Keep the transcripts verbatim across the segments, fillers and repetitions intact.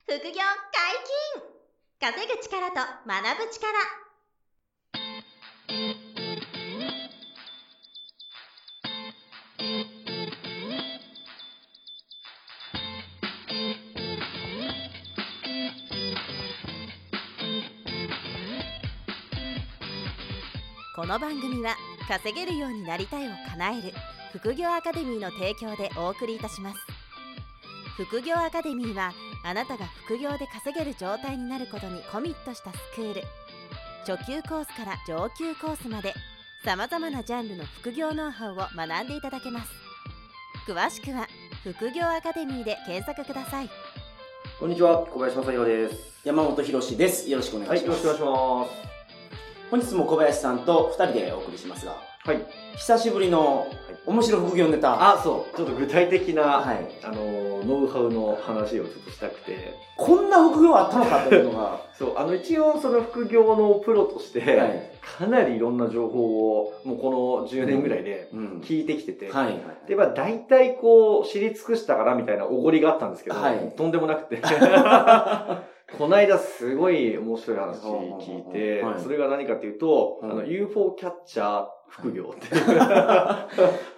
副業解禁。稼ぐ力と学ぶ力。この番組は稼げるようになりたいを叶える副業アカデミーの提供でお送りいたします。副業アカデミーはあなたが副業で稼げる状態になることにコミットしたスクール。初級コースから上級コースまでさまざまなジャンルの副業ノウハウを学んでいただけます。詳しくは副業アカデミーで検索ください。 こんにちは、小林正弘です。 山本博です。よろしくお願いします。 はい、よろしくお願いします。 本日も小林さんとふたりでお送りしますが、 はい、 久しぶりの面白副業ネタ。 あ、そう、ちょっと具体的な、 はい、 あのノウハウの話をちょっとしたくて、 こんな副業あったのかというのがそう、あの一応その副業のプロとして、はい、かなりいろんな情報をもうこのじゅうねんぐらいで聞いてきてて、うんうん、はいはい、でまあ大体こう知り尽くしたからみたいなおごりがあったんですけど、はい、とんでもなくてこの間すごい面白い話聞いて、はい、それが何かっていうと、うん、あの ユーフォー キャッチャー副業っていう、 はい、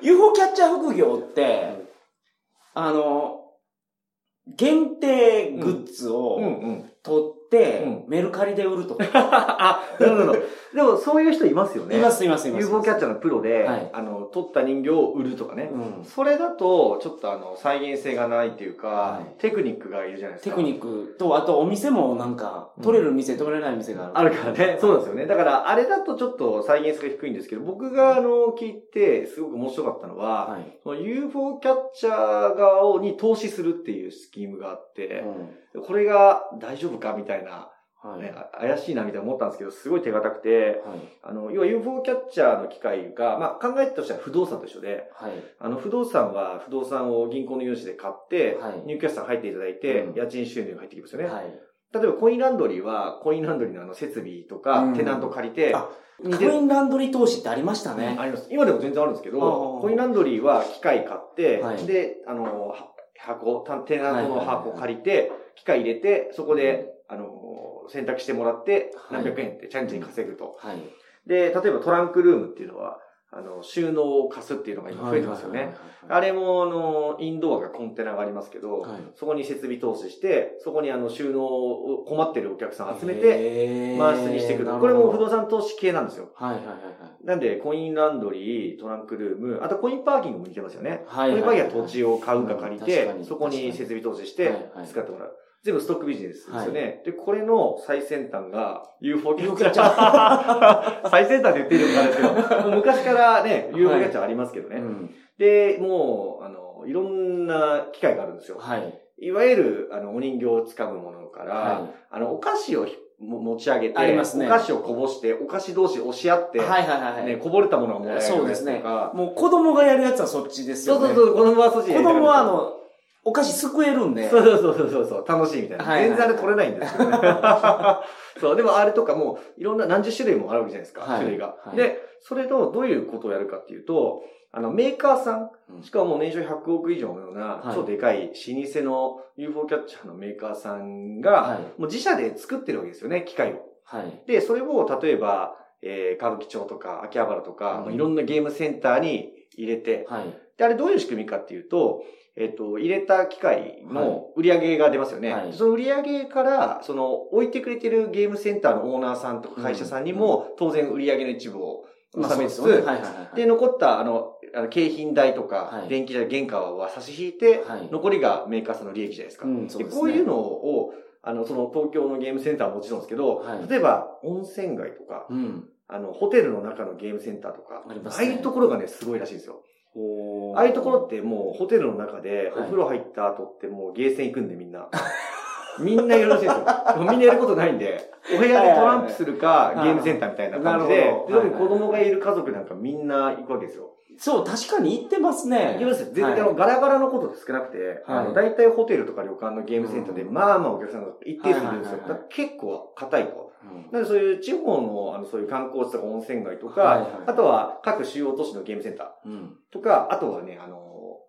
ユーフォー キャッチャー副業って、うん、あの限定グッズを取って、うんうん、メルカリで売るとか。 あ、なるほど。でもそういう人いますよね。 いますいますいます。 ユーフォー キャッチャーのプロで、はい、あの、取った人形を売るとかね。うん、それだと、ちょっとあの、再現性がないっていうか、はい、テクニックがいるじゃないですか。 テクニックと、あとお店もなんか、取れる店、うん、取れない店がある。あるからね。そうなんですよね。だから、あれだとちょっと再現性が低いんですけど、僕があの、聞いて、すごく面白かったのは、はい、その ユーフォー キャッチャー側に投資するっていうスキームがあって、うん、これが大丈夫かみたいな、はいね、怪しいなみたいな思ったんですけど、すごい手堅くて、はい、あの、要は ユーフォー キャッチャーの機械が、まあ考えとしては不動産と一緒で、はい、あの、不動産は不動産を銀行の融資で買って、はい、入居者さん入っていただいて、うん、家賃収入が入ってきますよね。はい、例えばコインランドリーは、コインランドリーのあの設備とか、うん、テナント借りて、 コインランドリー投資ってありましたね。 あります。今でも全然あるんですけど、コインランドリーは機械買って、はい、で、あの、箱、テナントの箱借りて、機械入れて、そこで、あの、選択してもらって、何百円ってチャンチに稼ぐと。はい。で、例えばトランクルームっていうのは、あの、収納を貸すっていうのが今増えてますよね。あれも、あの、インドアがコンテナがありますけど、はい、そこに設備投資して、そこにあの、収納を困ってるお客さん集めて、回すにしてくる。これも不動産投資系なんですよ。はいはいはい。なんで、コインランドリー、トランクルーム、あとコインパーキングも似てますよね。はい。コインパーキングは土地を買うか借りて、そこに設備投資して使ってもらう。全部ストックビジネスですよね。はい、で、これの最先端が ユーフォー キャッチャー。最先端って言っていいのかですけど、昔からね、ユーフォー キャッチャーありますけどね。はい、うん、で、もう、あの、いろんな機械があるんですよ。はい。いわゆる、あの、お人形を掴むものから、はい、あの、お菓子を持ち上げて、ありますね、お菓子をこぼして、お菓子同士押し合って、はいはいはい、ね、こぼれたものがもらえるとか。 そうですね。もう子供がやるやつはそっちですよね。 そうそうそう、子供はそっちやる。子供はあの、お菓子すくえるんで。 そうそうそうそうそう、楽しいみたいな。はいはいはい、全然あれ取れないんですよね。そう、でもあれとかもいろんな何十種類もあるわけじゃないですか、はい、種類が、はい。で、それのどういうことをやるかっていうと、あの、メーカーさん、しかももう年商ひゃくおく以上のような、超でかい老舗の ユーフォー キャッチャーのメーカーさんが、はい、もう自社で作ってるわけですよね、機械を。はい、で、それを例えば、えー、歌舞伎町とか秋葉原とか、うん、いろんなゲームセンターに入れて、はい、で、あれどういう仕組みかっていうと、えっと、入れた機械の売り上げが出ますよね。はい、その売り上げから、その置いてくれてるゲームセンターのオーナーさんとか会社さんにも、当然売り上げの一部を納めつつ、で、残ったあの、あの景品代とか、はい、電気代、原価は差し引いて、はい、残りがメーカーさんの利益じゃないですか。うん、そうですね、でこういうのを、あの、その東京のゲームセンターはもちろんですけど、はい、例えば温泉街とか、うん、あの、ホテルの中のゲームセンターとか、ありますね、ああいうところがね、すごいらしいんですよ。ああいうところってもうホテルの中でお風呂入った後ってもうゲーセン行くんでみんな。みんなやるらしいですよ。みんなやることないんで、お部屋でトランプするかゲームセンターみたいな感じで、特に子供がいる家族なんかみんな行くわけですよ。 そう、確かに行ってますね。 行きますよ。絶対、はい、ガラガラのことって少なくて、はい、あの、大体ホテルとか旅館のゲームセンターで、うん、まあまあお客さんが一定数いるんですよ。結構硬いと。うん、なのでそういう地方の、あの、そういう観光地とか温泉街とか、はいはい、あとは各主要都市のゲームセンターとか、うん、あとはね、あの、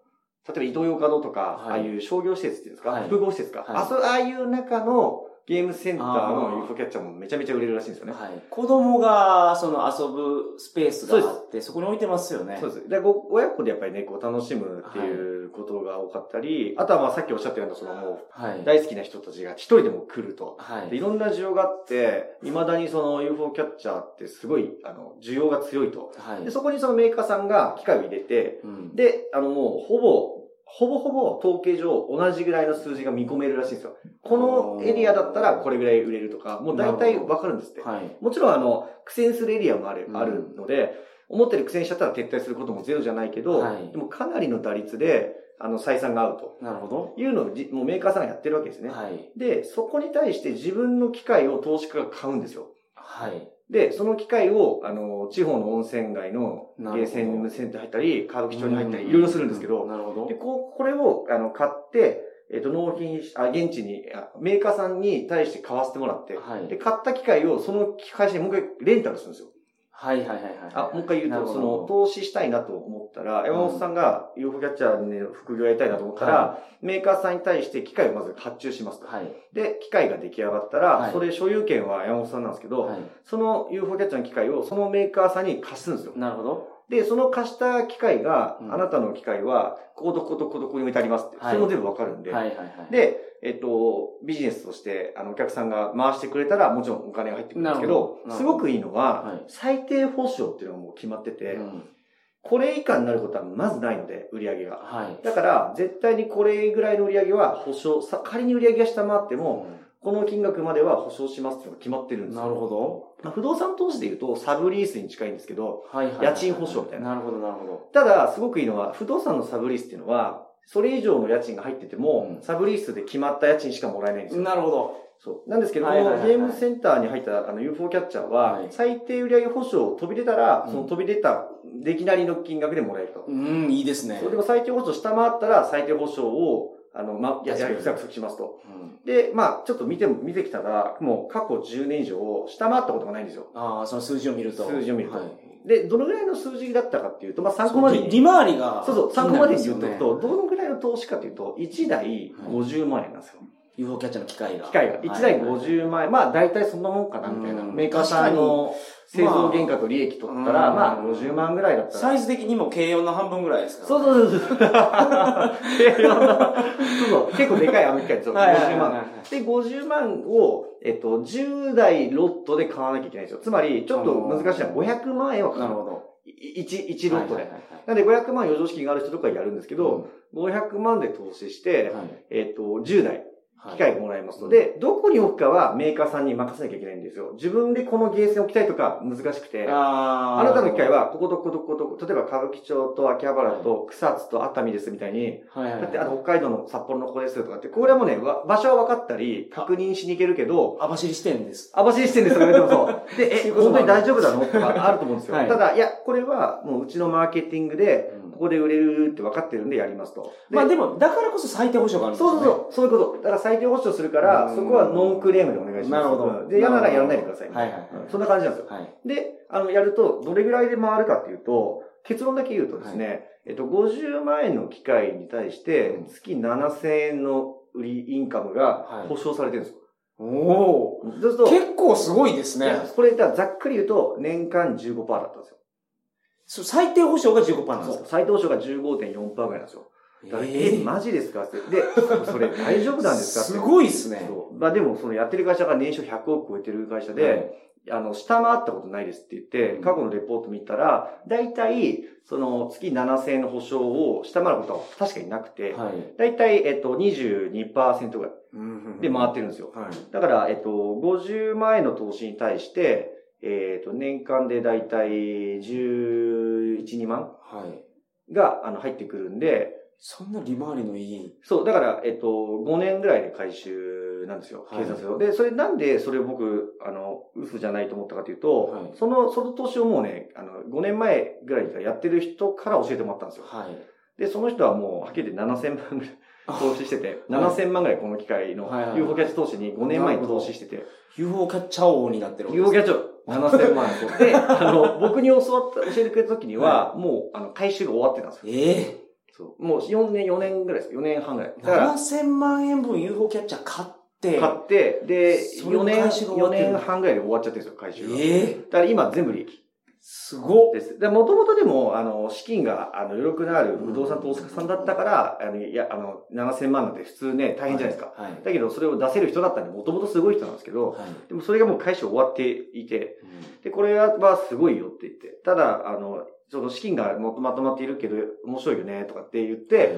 例えばイトーヨーカドーとか、はい、ああいう商業施設っていうんですか、はい、複合施設か、はい、あそう、ああいう中のゲームセンターの ユーフォー キャッチャーもめちゃめちゃ売れるらしいんですよね。はい。 子供が、その遊ぶスペースがあって、そこに置いてますよね。 そうです。で、ご、親子でやっぱりね、こう楽しむっていうことが多かったり、はい、あとはまあさっきおっしゃったような、そのもう、はい、大好きな人たちが一人でも来ると。はい。で、いろんな需要があって、未だにその ユーフォー キャッチャーってすごい、あの、需要が強いと。はい。で、そこにそのメーカーさんが機械を入れて、うん、で、あのもう、ほぼ、ほぼほぼ統計上同じぐらいの数字が見込めるらしいんですよ。このエリアだったらこれぐらい売れるとか、もう大体わかるんですって。はい、もちろんあの、苦戦するエリアもある、うん、あるので、思ってる苦戦しちゃったら撤退することもゼロじゃないけど、はい、でもかなりの打率で、あの、採算が合うと。なるほど。いうのをじ、もうメーカーさんがやってるわけですね。はい。で、そこに対して自分の機械を投資家が買うんですよ。はい。で、その機械を、あの、地方の温泉街のゲーセンセンター入ったり、歌舞伎町に入ったり、いろいろするんですけど、なるほど。で、こう、これを、あの、買って、えっと、納品し、あ、現地に、メーカーさんに対して買わせてもらって、はい。で、買った機械をその会社にもう一回レンタルするんですよ。はいはいはいはい。あ、もう一回言うと、その、投資したいなと思ったら、山本さんが ユーフォー キャッチャーに副業やりたいなと思ったら、はい、メーカーさんに対して機械をまず発注しますと。はい、で、機械が出来上がったら、はい、それ所有権は山本さんなんですけど、はい、その ユーフォー キャッチャーの機械をそのメーカーさんに貸すんですよ。なるほど。で、その貸した機械が、うん、あなたの機械は、ここどこどこどこに置いてありますって、はい、それも全部わかるんで、はいはいはい、で、えっと、ビジネスとして、あの、お客さんが回してくれたら、もちろんお金が入ってくるんですけど、すごくいいのは、はい、最低保証っていうのがもう決まってて、うん、これ以下になることはまずないので、売り上げが。はい、だから、絶対にこれぐらいの売り上げは保証、さ仮に売り上げが下回っても、うん、この金額までは保証しますっていうのが決まってるんですよ。なるほど。まあ、不動産投資で言うと、サブリースに近いんですけど、はいはいはいはい、家賃保証みたいな。なるほど、なるほど。ただ、すごくいいのは、不動産のサブリースっていうのは、それ以上の家賃が入ってても、うん、サブリースで決まった家賃しかもらえないんですよ。なるほど。そう。なんですけど、はいはいはいはい、ゲームセンターに入ったあの ユーフォー キャッチャーは、はい、最低売上保証飛び出たら、うん、その飛び出た出来なりの金額でもらえると。うん、いいですね。そう、でも最低保証下回ったら最低保証を、あの、ま、や、や、約束しますと。うん、で、まあちょっと見て、見てきたら、もう過去じゅうねん以上、下回ったことがないんですよ。ああ、その数字を見ると。数字を見ると。はい、で、どのぐらいの数字だったかっていうと、まあ参考までに。利回りが。そうそう、参考までに言うと、どのぐらいの投資かというと、いちだいごじゅうまんえんなんですよ。ユーフォー キャッチャーの機械が。機械が。いちだいごじゅうまんえん。まあ大体そんなもんかな、みたいな。メーカーさんの製造原価と利益取ったら、まあごじゅうまんぐらいだったら。サイズ的にも軽よんの半分ぐらいですか、そうそうそうそう。軽よんの。そうそう。結構でかいアメリカですよ。ごじゅうまん。で、ごじゅうまんを、えっと、じゅうだいロットで買わなきゃいけないんですよ。つまり、ちょっと難しいのはごひゃくまんえんはかかる。なるほど。いち、いちロットで。なんでごひゃくまん余剰資金がある人とかやるんですけど、ごひゃくまんで投資して、えっと、じゅうだい。機械がもらえますので、どこに置くかはメーカーさんに任せなきゃいけないんですよ。自分でこのゲーセンを置きたいとか難しくて、あ, あなたの機械はこことこことここと、例えば歌舞伎町と秋葉原と草津と熱海ですみたいに、はいはいはい、だってあの北海道の札幌のここですとかって、これはもうね、場所は分かったり、確認しに行けるけど、網走支店です。網走支店ですとか言ってもそう。で、え、本当に大丈夫なのとかあると思うんですよ。はい、ただ、いや、これはもううちのマーケティングで、ここで売れるって分かってるんでやりますと。まあでも、だからこそ最低保証があるんですよね。そうそうそう。そういうこと。だから最低保証するから、そこはノンクレームでお願いします。なるほど。で、嫌ならやらないでください。はいはい。そんな感じなんですよ。はい。で、あの、やると、どれぐらいで回るかっていうと、結論だけ言うとですね、はい、えっと、ごじゅうまんえんの機械に対して、月ななせんえんの売りインカムが保証されてるんですよ。はい、おー。そうすると結構すごいですね。これ、ざっくり言うと、年間 じゅうごパーセント だったんですよ。最低保証が じゅうごパーセント なんですか？最低保証が じゅうごてんよんパーセント ぐらいなんですよ。えー、マジですかって。で、それ大丈夫なんですかって。すごいっすね。そう。まあでも、そのやってる会社が年商ひゃくおく超えてる会社で、はい、あの、下回ったことないですって言って、過去のレポート見たら、だいたい、その、月ななせんえんの保証を下回ることは確かになくて、はい、だいたい、えっと、にじゅうにパーセント ぐらいで回ってるんですよ。はい、だから、えっと、ごじゅうまんえんの投資に対して、えっと、年間でだいたいじゅういち、にまんが、あの、入ってくるんで、そんな利回りのいい。そう、だから、えっと、ごねんぐらいで回収なんですよ、計算すると。で、それなんでそれを僕、あの、嘘じゃないと思ったかというと、はい、その、その投資をもうね、あの、ごねんまえぐらいからやってる人から教えてもらったんですよ。はい。で、その人はもう、はっきり言ってななせんまんぐらい投資してて、ななせんまんぐらいこの機械の ユーフォー キャッチ投資にごねんまえに投資してて。ユーフォー キャッチャー王になってるわけです。ユーフォー キャッチャーななせんまん円で、あの、僕に教わった、教えてくれた時には、はい、もう、あの、回収が終わってたんですよ。ええーそう。もうよねん、よねんぐらいです。よねんはんぐらい。 だから。ななせんまんえんぶん ユーフォー キャッチャー買って。 買って、で、よねん、よねんはんぐらいで終わっちゃってるんですよ、回収が。ええー。だから今全部利益。 すごっ。 です。で、もともとでも、あの、資金が、あの、余力のある不動産投資家さんだったから、あの、いや、あの、ななせんまんなんて普通ね、大変じゃないですか。はいはい、だけど、それを出せる人だったんで、もともとすごい人なんですけど、はい、でもそれがもう回収終わっていて、うん、で、これはすごいよって言って、ただ、あの、その資金がもっとまとまっているけど、面白いよね、とかって言って、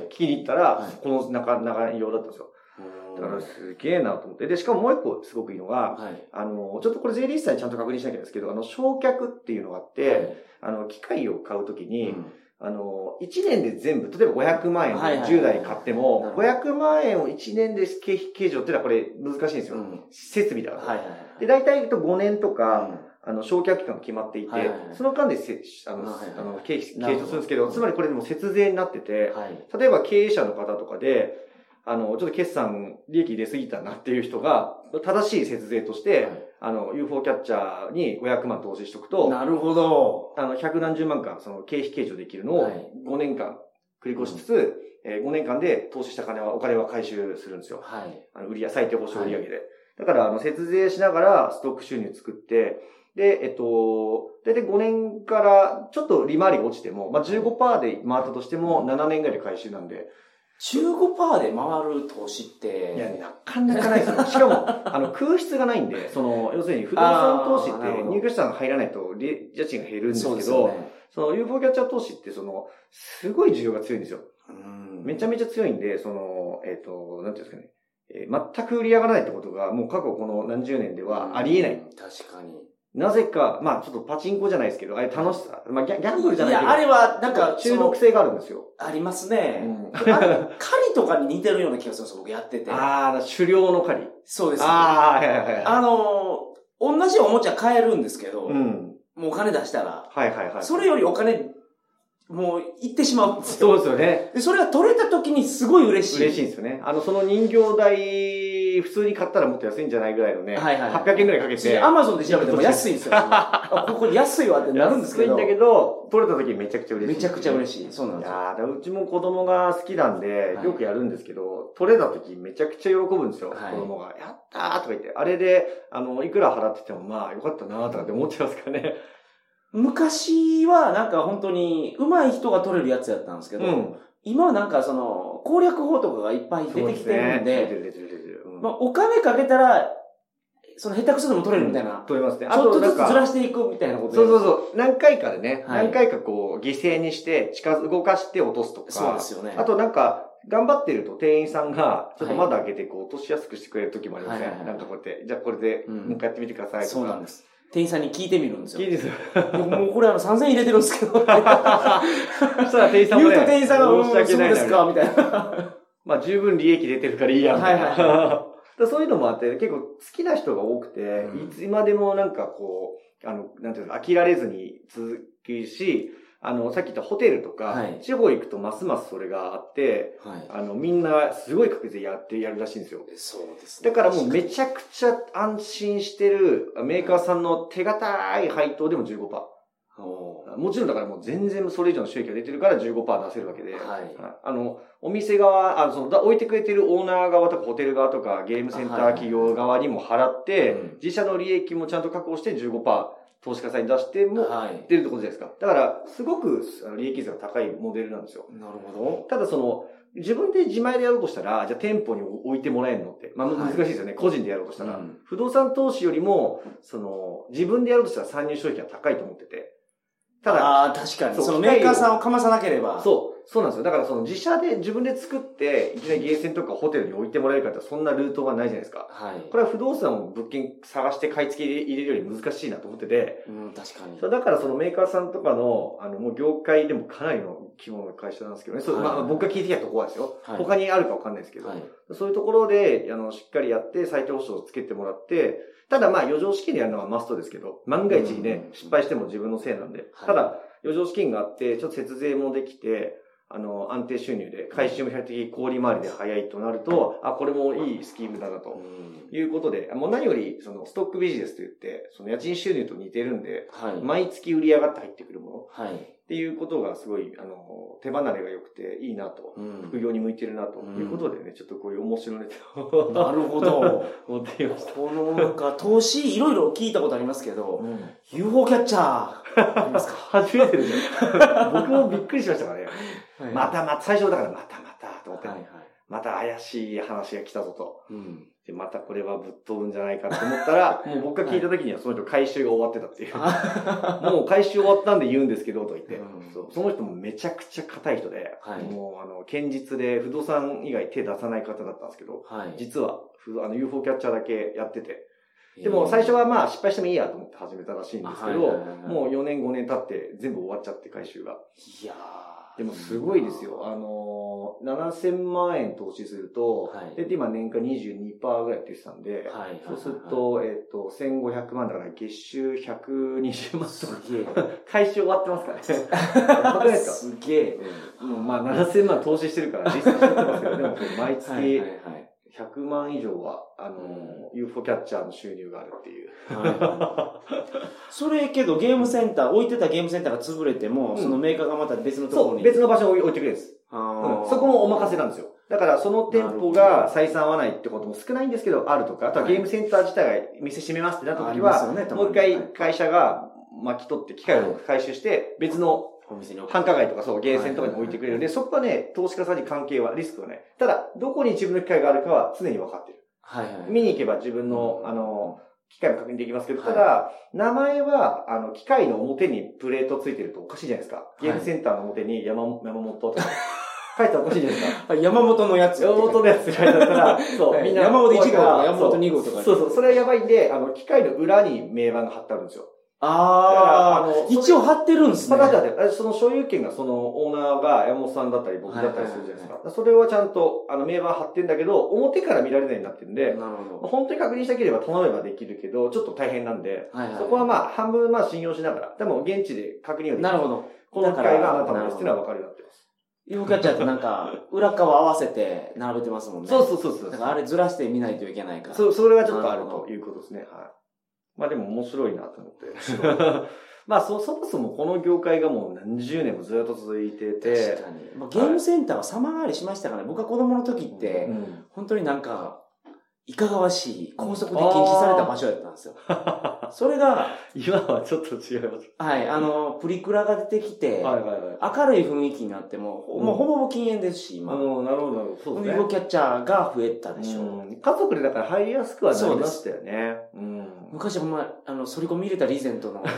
聞きに行ったら、はい、この中、長いようだったんですよ。だからすげえなと思って。で、しかももう一個すごくいいのが、はい、あの、ちょっとこれ税理士さんにちゃんと確認しなきゃですけど、あの、償却っていうのがあって、はい、あの、機械を買うときに、うん、あの、いちねんで全部、例えばごひゃくまんえんでじゅうだい買っても、ごひゃくまんえんをいちねんで経費計上っていうのはこれ難しいんですよ。うん、設備だから。はいはいはい、で、大体言うとごねんとか、うんあの、償却期間が決まっていて、はいはいはい、その間でせ、あの、はいはいはい、あの経費、計上するんですけど、つまりこれでも節税になってて、はい、例えば経営者の方とかで、あの、ちょっと決算、利益入れすぎたなっていう人が、正しい節税として、はい、あの、ユーフォー キャッチャーにごひゃくまん投資しとくと、 なるほど。 あの、百何十万間、その経費計上できるのをごねんかん繰り越しつつ、はいえー、ごねんかんで投資した金は、お金は回収するんですよ。はい。あの、売り上げ、最低保証売上で。はい、だから、あの、節税しながらストック収入作って、で、えっと、だいたいごねんからちょっと利回りが落ちても、まあ、じゅうごパーセント で回ったとしてもななねんぐらいで回収なんで。 じゅうごパーセント で回る投資って。 いや、なかなかないですよ。しかも、あの、空室がないんで、その、要するに不動産投資って入居者さんが入らないと家賃が減るんですけど、そ, ね、その ユーフォー キャッチャー投資ってその、すごい需要が強いんですよ。うんめちゃめちゃ強いんで、その、えっと、なんていうんですかね。えー、全く売り上がらないってことが、もう過去この何十年ではありえない。 確かに。 なぜか、まあちょっとパチンコじゃないですけど、あれ楽しさ。まあギャンブルじゃないけど。 いや、あれはなんか中毒性があるんですよ。 ありますね。うん、狩りとかに似てるような気がするんですよ、僕やってて。 ああ、狩猟の狩り。 そうです、ね。 ああ、はいはいはい。 あのー、同じおもちゃ買えるんですけど、うん、もうお金出したら。 はいはいはい。 それよりお金、もう、行ってしまうんですよ。 そうですよね。 で、それが取れた時にすごい嬉しい。 嬉しいんですよね。あの、その人形代、普通に買ったらもっと安いんじゃないぐらいのね。はいはい。はっぴゃくえんぐらいかけて。 アマゾンで調べても安いんですよ。あ、ここ安いわってなるんですけど。 安いんだけど、取れた時めちゃくちゃ嬉しい。 めちゃくちゃ嬉しい。そうなんですよ。 いやー、うちも子供が好きなんで、よくやるんですけど、取れた時めちゃくちゃ喜ぶんですよ。はい、子供が。やったーとか言って。あれで、あの、いくら払ってても、まあ、よかったなーとかって思っちゃいますかね。 昔はなんか本当に上手い人が取れるやつやったんですけど、うん、今はなんかその攻略法とかがいっぱい出てきてるんで、まあお金かけたら、その下手くそでも取れるみたいな。 うん、取れますね。 ちょっとずつずらしていくみたいなことそうそうそう。何回かでね、はい、何回かこう犠牲にして近づ、動かして落とすとか。 そうですよね。 あとなんか、頑張ってると店員さんが、ちょっと窓開けてこう落としやすくしてくれる時もありません、はいはいはい、なんかこうやって、じゃあこれで、もう一回やってみてくださいとか、 うん。そうなんです。店員さんに聞いてみるんですよ。 聞いてみる。もうこれあのさんぜんえん入れてるんですけど。そしたら店員さんもね。 言うと店員さんが、申し訳ないですかみたいな。 まあ十分利益出てるからいいや、みたいな。はいはい、そういうのもあって、結構好きな人が多くて、うん、いつまでもなんかこう、あの、なんていうの、飽きられずに続くし、あの、さっき言ったホテルとか、はい、地方行くとますますそれがあって、はい、あの、みんなすごい確率でやってやるらしいんですよ。 そうですね。 だからもうめちゃくちゃ安心してるメーカーさんの手堅い配当でも じゅうごパーセント。もちろんだからもう全然それ以上の収益が出てるから じゅうごパーセント 出せるわけで、はい、あの、お店側、あの、その、置いてくれてるオーナー側とかホテル側とかゲームセンター企業側にも払って、はい、自社の利益もちゃんと確保して じゅうごパーセント。投資家さんに出しても出るってことじゃないですか。だから、すごく利益率が高いモデルなんですよ。 なるほど。 ただその、自分で自前でやろうとしたら、じゃあ店舗に置いてもらえるのって。まあ難しいですよね。はい、個人でやろうとしたら、うん。不動産投資よりも、その、自分でやろうとしたら参入障壁が高いと思ってて。 ただ、ああ、確かに。そのメーカーさんをかまさなければ。 そう。そうなんですよ。だからその自社で自分で作って、いきなりゲーセンとかホテルに置いてもらえるかってそんなルートがないじゃないですか。はい。これは不動産を物件探して買い付け入れるより難しいなと思ってて。 うん、確かに。 そうだからそのメーカーさんとかの、あの、もう業界でもかなりの規模の会社なんですけどね。そう、はい、まあ僕が聞いてきたところはですよ。はい。他にあるかわかんないですけど。はい。そういうところで、あの、しっかりやって、最低保証をつけてもらって、ただまあ余剰資金でやるのはマストですけど、万が一にね、失敗しても自分のせいなんで。はい、ただ、余剰資金があって、ちょっと節税もできて、あの、安定収入で、回収も比較的小売回りで早いとなると、あ、これもいいスキームだなと。いうことで、もう何より、その、ストックビジネスといって、その家賃収入と似てるんで、はい、毎月売り上がって入ってくるもの。はい。 っていうことがすごい、あの、手離れが良くていいなと、うん、副業に向いてるなということでね、うん、ちょっとこういう面白いネタを。 なるほど。 持っていました。 このなんか、投資いろいろ聞いたことありますけど、うん、ユーフォー キャッチャー、ありますか？ 初めてですよ。僕もびっくりしましたからね。はい、またまた、最初だからまたまたと思って、はいはい、また怪しい話が来たぞと。うんで、またこれはぶっ飛ぶんじゃないかと思ったら、もう僕が聞いた時にはその人回収が終わってたっていう。もう回収終わったんで言うんですけど、と言って。うん、そうその人もめちゃくちゃ堅い人で、はい、もうあの、堅実で不動産以外手出さない方だったんですけど、はい、実はあの ユーフォー キャッチャーだけやってて、でも最初はまあ失敗してもいいやと思って始めたらしいんですけど、もうよねんごねん経って全部終わっちゃって回収が。いやー。でもすごいですよ。あのー、ななせんまんえん投資すると、はい、で、今年間 にじゅうにパーセント ぐらいって言ってたんで、はい、そうすると、えっ、ー、と、せんごひゃくまんだから月収ひゃくにじゅうまんとか。すげえ。回収終わってますからね。やばくないですか？すげえ。もうまあななせんまん投資してるから実際やってますけど、でも毎月、はいはいはいひゃくまん以上は、あの、うん、ユーフォー キャッチャーの収入があるっていう。はい、 それけどゲームセンター、置いてたゲームセンターが潰れても、うん、そのメーカーがまた別のところに。 そう、別の場所に置いてくれるんです、うん。そこもお任せなんですよ。だからその店舗が採算合わないってことも少ないんですけど、あるとか、あとはゲームセンター自体が店閉めますってなった時は、はいね、もう一回会社が巻き取って機械を回収して、別のお店に繁華街とかそう、ゲーセンとかに置いてくれるんで、はいはいはい、そこはね、投資家さんに関係は、リスクはね。ただ、どこに自分の機械があるかは常に分かってる。はいはい、見に行けば自分の、あの、機械も確認できますけど、ただ、はい、名前は、あの、機械の表にプレートついてるとおかしいじゃないですか。ゲームセンターの表に山、山本とか。書いたらおかしいじゃないですか。 山本のやつ。 山本のやつ書いてあったら、そう、はい、みんな。 山本いちごとか山本にごとか。 そうそう、それはやばいんで、あの、機械の裏に銘板が貼ってあるんですよ。 ああ、一応貼ってるんですね。 だって、その所有権がそのオーナーが山本さんだったり僕だったりするじゃないですか。はいはいはい、それはちゃんと、あの、銘板貼ってんだけど、表から見られないようになってるんで、なるほど。本当に確認したければ頼めばできるけど、ちょっと大変なんで、はいはいはい、そこはまあ、半分まあ信用しながら、でも現地で確認はできる。 なるほど。 この機械があなたのですっていうのは分かるようになってます。 ユーフォー キャッチャーってなんか、裏側合わせて並べてますもんね。 そうそうそうそう。 だからあれずらして見ないといけないから。 そう、それがちょっとあるということですね。はい。まあでも面白いなと思って。まあそ、そもそもこの業界がもう何十年もずっと続いてて。 確かに。まあ、ゲームセンターは様変わりしましたからね。僕が子供の時って、うん、本当になんか、いかがわしい、高速で禁止された場所だったんですよ。それが、 今はちょっと違います。 はい、あの、プリクラが出てきて、はいはいはい、明るい雰囲気になっても、うん、もうほぼほぼ禁煙ですし、今。 うん、なるほど、なるほど。 そうですね。ユーフォー キャッチャーが増えたでしょう。 うん、家族でだから入りやすくはなりましたよね。うん、 昔ほんま、あの、反り込み入れたリゼントの。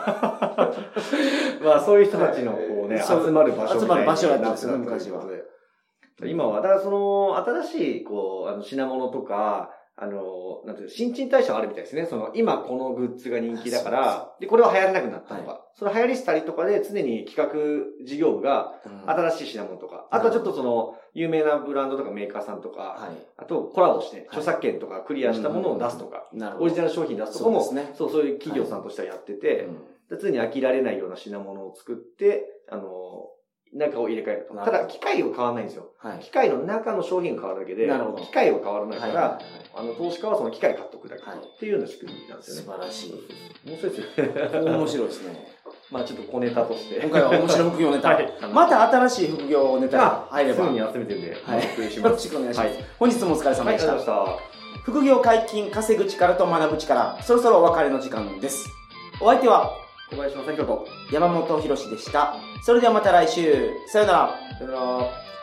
まあそういう人たちのこうね、集まる場所集まる場所だったんですよ、昔は。 今は、だからその、新しい、こう、あの、品物とか、あの、なんていうの、新陳代謝あるみたいですね。その、今このグッズが人気だから、で、これは流行らなくなったとか、はい、その流行りしたりとかで常に企画事業部が、新しい品物とか、うん、あとはちょっとその、有名なブランドとかメーカーさんとか、はい、あとコラボして、著作権とかクリアしたものを出すとか、はい、オリジナル商品出すとかも、そうですね。そう、そういう企業さんとしてはやってて、はいうん、常に飽きられないような品物を作って、あの、中を入れ替えると。ただ、機械は変わらないんですよ。はい、機械の中の商品が変わるだけで、機械は変わらないから、はいはいはい、あの、投資家はその機械買っとくだけ、はい、っていうような仕組みなんですよね。 素晴らしい。 面白いですよね。 面白いですね。 まあちょっと小ネタとして。 今回は面白い副業ネタ。はい、また新しい副業ネタが入れば。 すぐに集めてるんで、はい。よろしくお願いします。はい、本日もお疲れ様でした。はい、ありがとうございました。副業解禁、稼ぐ力と学ぶ力、そろそろお別れの時間です。お相手は、 小林正宏と山本博史でした。それではまた来週。さよなら。 さよなら。